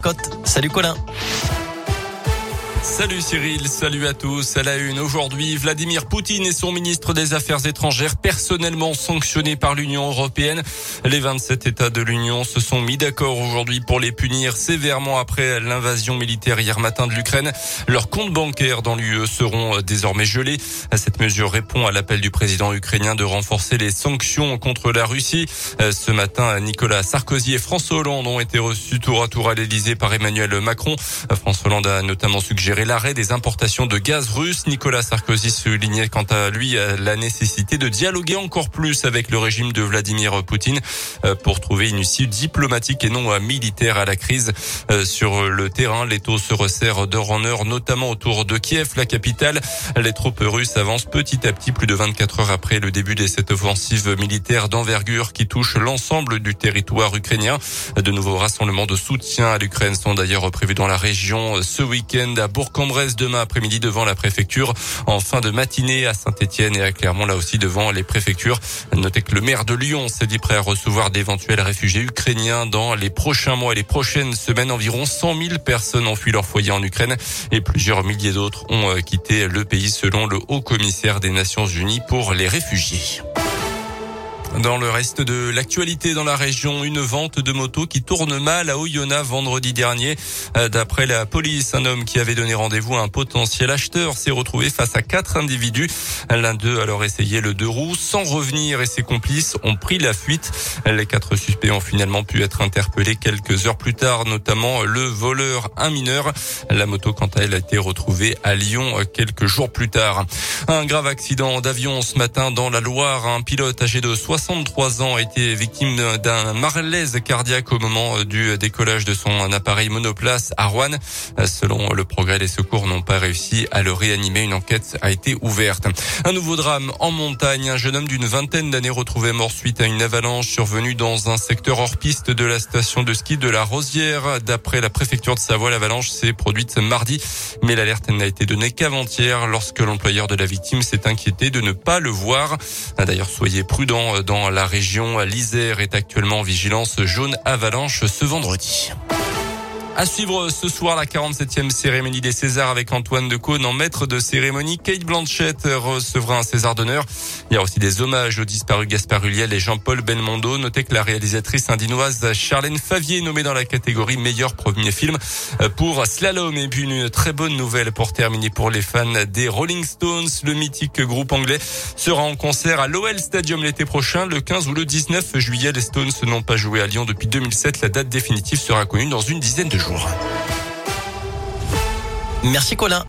côte. Salut Colin. Salut Cyril, salut à tous. À la une, aujourd'hui, Vladimir Poutine et son ministre des Affaires étrangères personnellement sanctionnés par l'Union européenne. Les 27 États de l'Union se sont mis d'accord aujourd'hui pour les punir sévèrement après l'invasion militaire hier matin de l'Ukraine. Leurs comptes bancaires dans l'UE seront désormais gelés. Cette mesure répond à l'appel du président ukrainien de renforcer les sanctions contre la Russie. Ce matin, Nicolas Sarkozy et François Hollande ont été reçus tour à tour à l'Elysée par Emmanuel Macron. François Hollande a notamment suggéré l'arrêt des importations de gaz russe. Nicolas Sarkozy soulignait quant à lui la nécessité de dialoguer encore plus avec le régime de Vladimir Poutine pour trouver une issue diplomatique et non militaire à la crise. Sur le terrain, les taux se resserrent d'heure en heure, notamment autour de Kiev, la capitale. Les troupes russes avancent petit à petit, plus de 24 heures après le début de cette offensive militaire d'envergure qui touche l'ensemble du territoire ukrainien. De nouveaux rassemblements de soutien à l'Ukraine sont d'ailleurs prévus dans la région ce week-end à Bourg-en-Bresse demain après-midi devant la préfecture, en fin de matinée à Saint-Étienne et à Clermont là aussi devant les préfectures. Notez que le maire de Lyon s'est dit prêt à recevoir d'éventuels réfugiés ukrainiens dans les prochains mois et les prochaines semaines. Environ 100 000 personnes ont fui leur foyer en Ukraine et plusieurs milliers d'autres ont quitté le pays selon le haut commissaire des Nations Unies pour les réfugiés. Dans le reste de l'actualité dans la région, une vente de motos qui tourne mal à Oyonnax vendredi dernier. D'après la police, un homme qui avait donné rendez-vous à un potentiel acheteur s'est retrouvé face à 4 individus. L'un d'eux a alors essayé le 2 roues sans revenir et ses complices ont pris la fuite. Les 4 suspects ont finalement pu être interpellés quelques heures plus tard, notamment le voleur, un mineur. La moto, quant à elle, a été retrouvée à Lyon quelques jours plus tard. Un grave accident d'avion ce matin dans la Loire. Un pilote âgé de 63 ans a été victime d'un malaise cardiaque au moment du décollage de son appareil monoplace à Roanne. Selon le Progrès, les secours n'ont pas réussi à le réanimer. Une enquête a été ouverte. Un nouveau drame en montagne. Un jeune homme d'une vingtaine d'années retrouvé mort suite à une avalanche survenue dans un secteur hors piste de la station de ski de la Rosière. D'après la préfecture de Savoie, l'avalanche s'est produite mardi, mais l'alerte n'a été donnée qu'avant-hier lorsque l'employeur de la victime s'est inquiété de ne pas le voir. D'ailleurs, soyez prudents dans la région. L'Isère est actuellement en vigilance jaune avalanche ce vendredi. À suivre ce soir la 47e cérémonie des Césars avec Antoine Decaune en maître de cérémonie. Kate Blanchett recevra un César d'honneur. Il y a aussi des hommages aux disparus Gaspard Ulliel et Jean-Paul Belmondo. Notez que la réalisatrice indinoise Charlène Favier est nommée dans la catégorie meilleur premier film pour Slalom. Et puis une très bonne nouvelle pour terminer pour les fans des Rolling Stones. Le mythique groupe anglais sera en concert à l'OL Stadium l'été prochain, le 15 ou le 19 juillet. Les Stones n'ont pas joué à Lyon depuis 2007. La date définitive sera connue dans une dizaine de jours. Merci Colin.